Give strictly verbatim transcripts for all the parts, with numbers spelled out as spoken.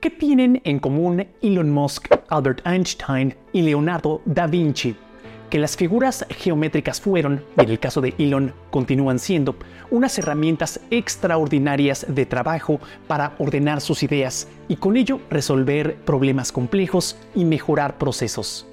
¿Qué tienen en común Elon Musk, Albert Einstein y Leonardo da Vinci? Que las figuras geométricas fueron, y en el caso de Elon continúan siendo, unas herramientas extraordinarias de trabajo para ordenar sus ideas y con ello resolver problemas complejos y mejorar procesos.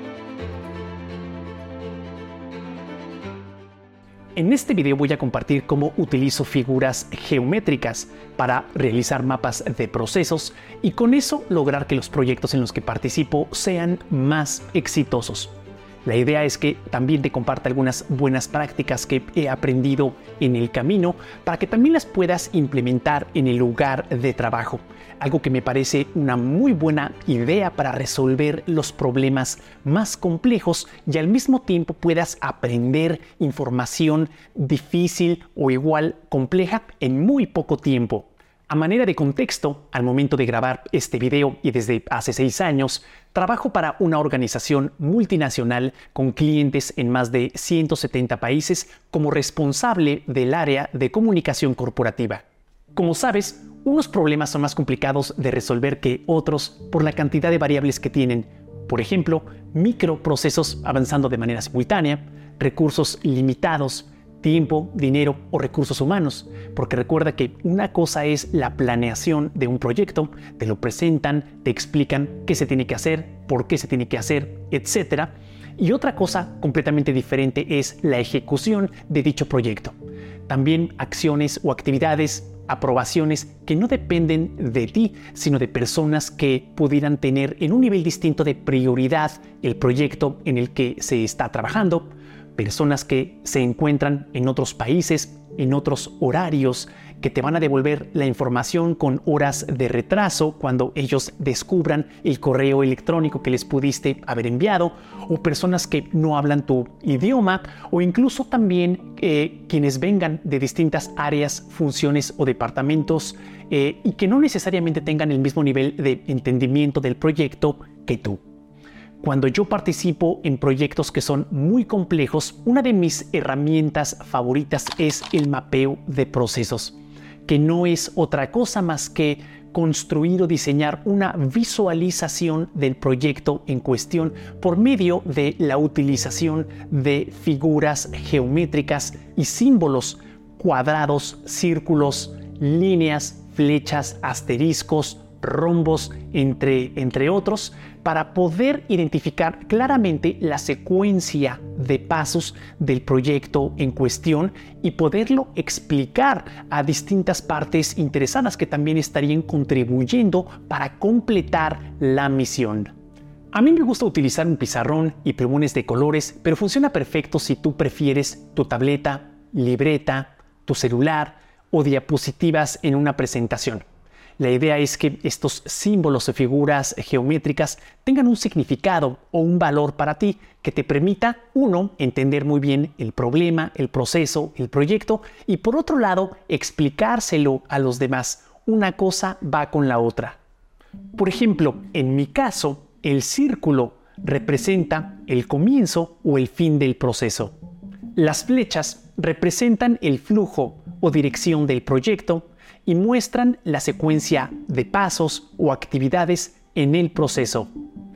En este video voy a compartir cómo utilizo figuras geométricas para realizar mapas de procesos y con eso lograr que los proyectos en los que participo sean más exitosos. La idea es que también te comparta algunas buenas prácticas que he aprendido en el camino para que también las puedas implementar en el lugar de trabajo. Algo que me parece una muy buena idea para resolver los problemas más complejos y al mismo tiempo puedas aprender información difícil o igual compleja en muy poco tiempo. A manera de contexto, al momento de grabar este video y desde hace seis años, trabajo para una organización multinacional con clientes en más de ciento setenta países como responsable del área de comunicación corporativa. Como sabes, unos problemas son más complicados de resolver que otros por la cantidad de variables que tienen. Por ejemplo, microprocesos avanzando de manera simultánea, recursos limitados, tiempo, dinero o recursos humanos, porque recuerda que una cosa es la planeación de un proyecto, te lo presentan, te explican qué se tiene que hacer, por qué se tiene que hacer, etcétera, y otra cosa completamente diferente es la ejecución de dicho proyecto. También acciones o actividades, aprobaciones que no dependen de ti, sino de personas que pudieran tener en un nivel distinto de prioridad el proyecto en el que se está trabajando, personas que se encuentran en otros países, en otros horarios, que te van a devolver la información con horas de retraso cuando ellos descubran el correo electrónico que les pudiste haber enviado, o personas que no hablan tu idioma, o incluso también eh, quienes vengan de distintas áreas, funciones o departamentos eh, y que no necesariamente tengan el mismo nivel de entendimiento del proyecto que tú. Cuando yo participo en proyectos que son muy complejos, una de mis herramientas favoritas es el mapeo de procesos, que no es otra cosa más que construir o diseñar una visualización del proyecto en cuestión por medio de la utilización de figuras geométricas y símbolos, cuadrados, círculos, líneas, flechas, asteriscos, rombos, entre, entre otros, para poder identificar claramente la secuencia de pasos del proyecto en cuestión y poderlo explicar a distintas partes interesadas que también estarían contribuyendo para completar la misión. A mí me gusta utilizar un pizarrón y plumones de colores, pero funciona perfecto si tú prefieres tu tableta, libreta, tu celular o diapositivas en una presentación. La idea es que estos símbolos o figuras geométricas tengan un significado o un valor para ti que te permita, uno, entender muy bien el problema, el proceso, el proyecto y por otro lado, explicárselo a los demás. Una cosa va con la otra. Por ejemplo, en mi caso, el círculo representa el comienzo o el fin del proceso. Las flechas representan el flujo o dirección del proyecto y muestran la secuencia de pasos o actividades en el proceso.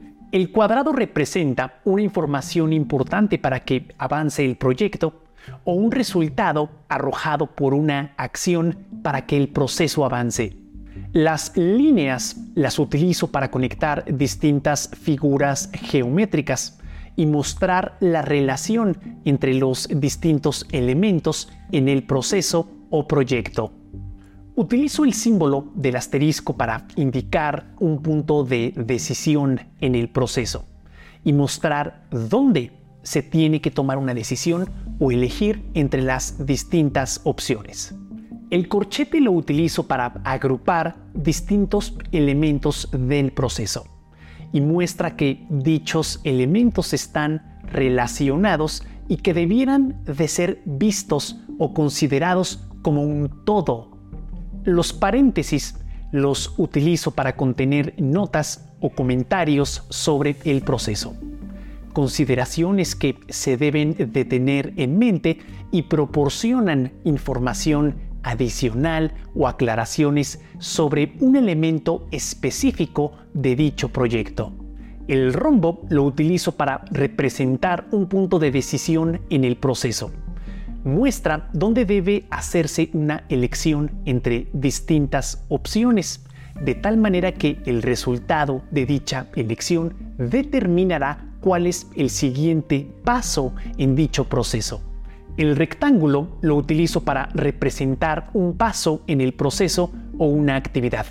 El cuadrado representa una información importante para que avance el proyecto o un resultado arrojado por una acción para que el proceso avance. Las líneas las utilizo para conectar distintas figuras geométricas y mostrar la relación entre los distintos elementos en el proceso o proyecto. Utilizo el símbolo del asterisco para indicar un punto de decisión en el proceso y mostrar dónde se tiene que tomar una decisión o elegir entre las distintas opciones. El corchete lo utilizo para agrupar distintos elementos del proceso y muestra que dichos elementos están relacionados y que debieran de ser vistos o considerados como un todo. Los paréntesis los utilizo para contener notas o comentarios sobre el proceso. Consideraciones que se deben de tener en mente y proporcionan información adicional o aclaraciones sobre un elemento específico de dicho proyecto. El rombo lo utilizo para representar un punto de decisión en el proceso. Muestra dónde debe hacerse una elección entre distintas opciones, de tal manera que el resultado de dicha elección determinará cuál es el siguiente paso en dicho proceso. El rectángulo lo utilizo para representar un paso en el proceso o una actividad.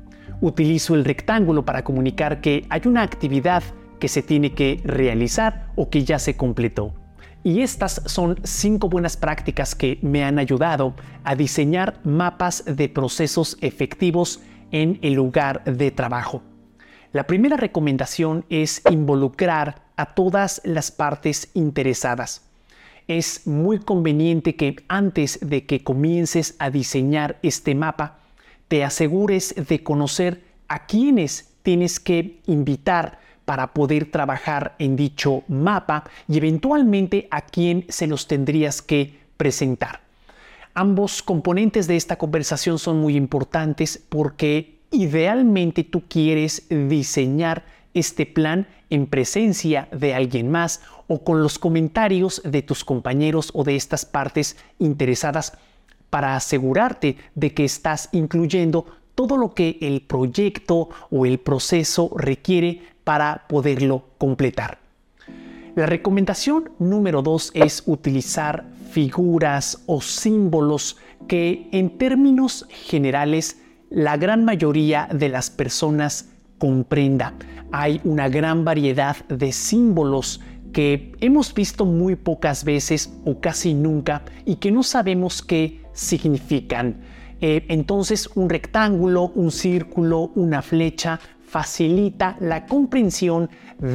Utilizo el rectángulo para comunicar que hay una actividad que se tiene que realizar o que ya se completó. Y estas son cinco buenas prácticas que me han ayudado a diseñar mapas de procesos efectivos en el lugar de trabajo. La primera recomendación es involucrar a todas las partes interesadas. Es muy conveniente que antes de que comiences a diseñar este mapa, te asegures de conocer a quiénes tienes que invitar para poder trabajar en dicho mapa y eventualmente a quién se los tendrías que presentar. Ambos componentes de esta conversación son muy importantes porque idealmente tú quieres diseñar este plan en presencia de alguien más o con los comentarios de tus compañeros o de estas partes interesadas para asegurarte de que estás incluyendo todo lo que el proyecto o el proceso requiere para poderlo completar. La recomendación número dos es utilizar figuras o símbolos que en términos generales la gran mayoría de las personas comprenda. Hay una gran variedad de símbolos que hemos visto muy pocas veces o casi nunca y que no sabemos qué significan. Eh, entonces un rectángulo, un círculo, una flecha facilita la comprensión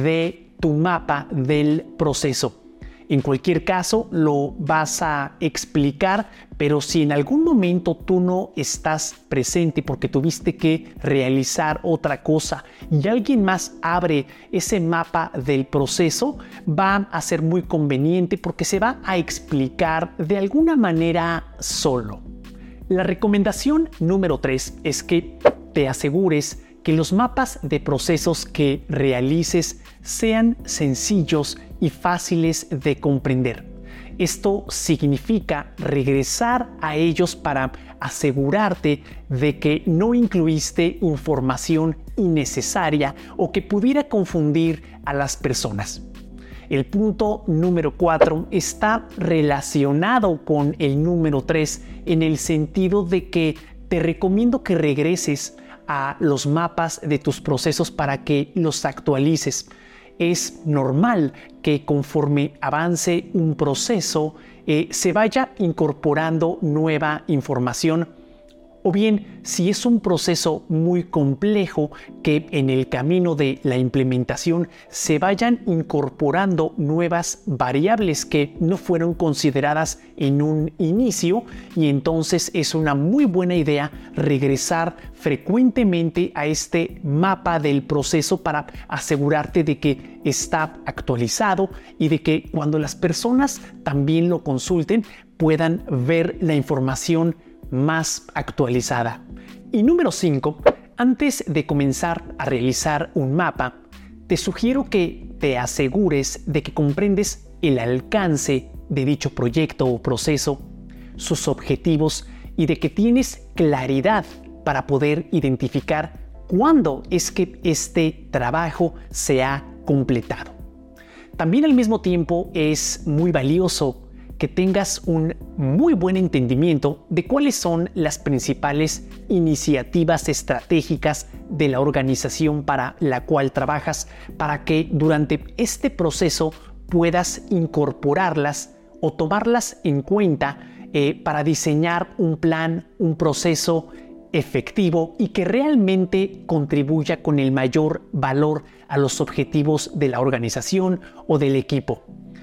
de tu mapa del proceso. En cualquier caso lo vas a explicar, pero si en algún momento tú no estás presente porque tuviste que realizar otra cosa y alguien más abre ese mapa del proceso, va a ser muy conveniente porque se va a explicar de alguna manera solo. La recomendación número tres es que te asegures que los mapas de procesos que realices sean sencillos y fáciles de comprender. Esto significa regresar a ellos para asegurarte de que no incluiste información innecesaria o que pudiera confundir a las personas. El punto número cuatro está relacionado con el número tres en el sentido de que te recomiendo que regreses a los mapas de tus procesos para que los actualices. Es normal que conforme avance un proceso eh, se vaya incorporando nueva información, o bien si es un proceso muy complejo que en el camino de la implementación se vayan incorporando nuevas variables que no fueron consideradas en un inicio, y entonces es una muy buena idea regresar frecuentemente a este mapa del proceso para asegurarte de que está actualizado y de que cuando las personas también lo consulten puedan ver la información más actualizada. Y número cinco, antes de comenzar a realizar un mapa, te sugiero que te asegures de que comprendes el alcance de dicho proyecto o proceso, sus objetivos y de que tienes claridad para poder identificar cuándo es que este trabajo se ha completado. También al mismo tiempo es muy valioso que tengas un muy buen entendimiento de cuáles son las principales iniciativas estratégicas de la organización para la cual trabajas, para que durante este proceso puedas incorporarlas o tomarlas en cuenta eh, para diseñar un plan, un proceso efectivo y que realmente contribuya con el mayor valor a los objetivos de la organización o del equipo.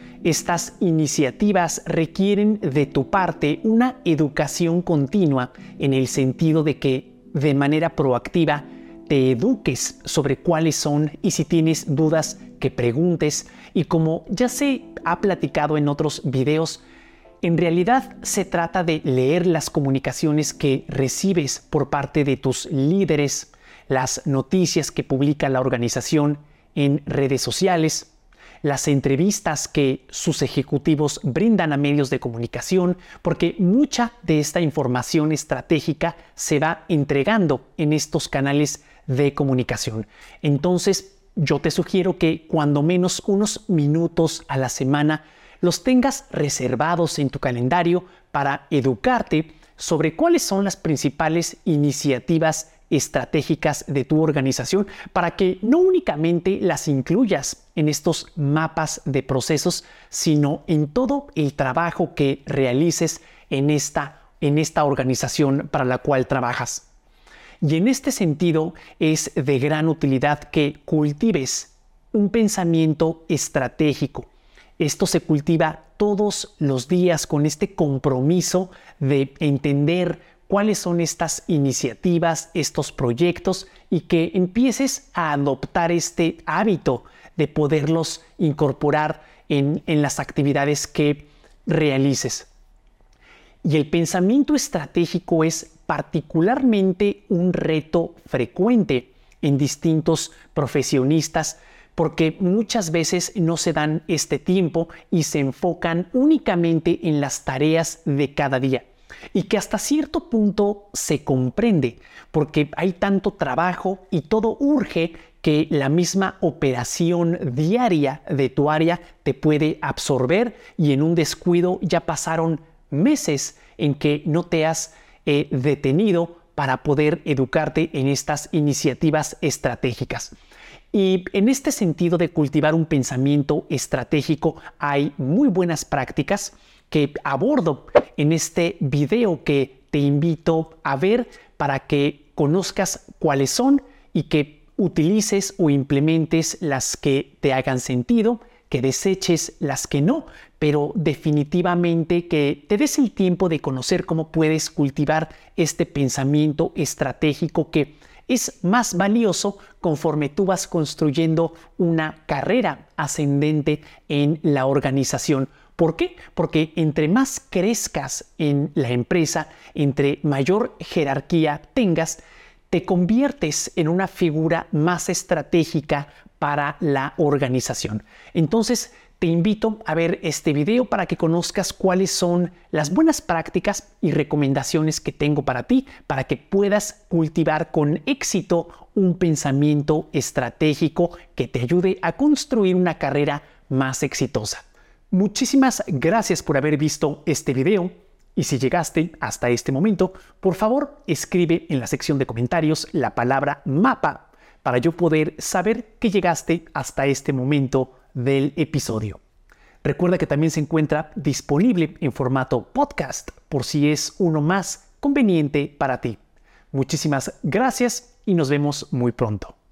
Estas iniciativas requieren de tu parte una educación continua en el sentido de que de manera proactiva te eduques sobre cuáles son y si tienes dudas que preguntes, y como ya se ha platicado en otros videos, En realidad se trata de leer las comunicaciones que recibes por parte de tus líderes, las noticias que publica la organización en redes sociales, las entrevistas que sus ejecutivos brindan a medios de comunicación, porque mucha de esta información estratégica se va entregando en estos canales de comunicación. Entonces, yo te sugiero que cuando menos unos minutos a la semana los tengas reservados en tu calendario para educarte sobre cuáles son las principales iniciativas estratégicas de tu organización, para que no únicamente las incluyas en estos mapas de procesos, sino en todo el trabajo que realices en esta, en esta organización para la cual trabajas. Y en este sentido es de gran utilidad que cultives un pensamiento estratégico. Esto se cultiva todos los días con este compromiso de entender cuáles son estas iniciativas, estos proyectos, y que empieces a adoptar este hábito de poderlos incorporar en, en las actividades que realices. Y el pensamiento estratégico es particularmente un reto frecuente en distintos profesionistas, porque muchas veces no se dan este tiempo y se enfocan únicamente en las tareas de cada día. Y que hasta cierto punto se comprende, porque hay tanto trabajo y todo urge que la misma operación diaria de tu área te puede absorber, y en un descuido ya pasaron meses en que no te has eh, detenido para poder educarte en estas iniciativas estratégicas. Y en este sentido de cultivar un pensamiento estratégico hay muy buenas prácticas que abordo en este video que te invito a ver para que conozcas cuáles son y que utilices o implementes las que te hagan sentido, que deseches las que no, pero definitivamente que te des el tiempo de conocer cómo puedes cultivar este pensamiento estratégico, que es más valioso conforme tú vas construyendo una carrera ascendente en la organización. ¿Por qué? Porque entre más crezcas en la empresa, entre mayor jerarquía tengas, te conviertes en una figura más estratégica para la organización. Entonces, te invito a ver este video para que conozcas cuáles son las buenas prácticas y recomendaciones que tengo para ti, para que puedas cultivar con éxito un pensamiento estratégico que te ayude a construir una carrera más exitosa. Muchísimas gracias por haber visto este video, y si llegaste hasta este momento, por favor escribe en la sección de comentarios la palabra mapa para yo poder saber que llegaste hasta este momento del episodio. Recuerda que también se encuentra disponible en formato podcast por si es uno más conveniente para ti. Muchísimas gracias y nos vemos muy pronto.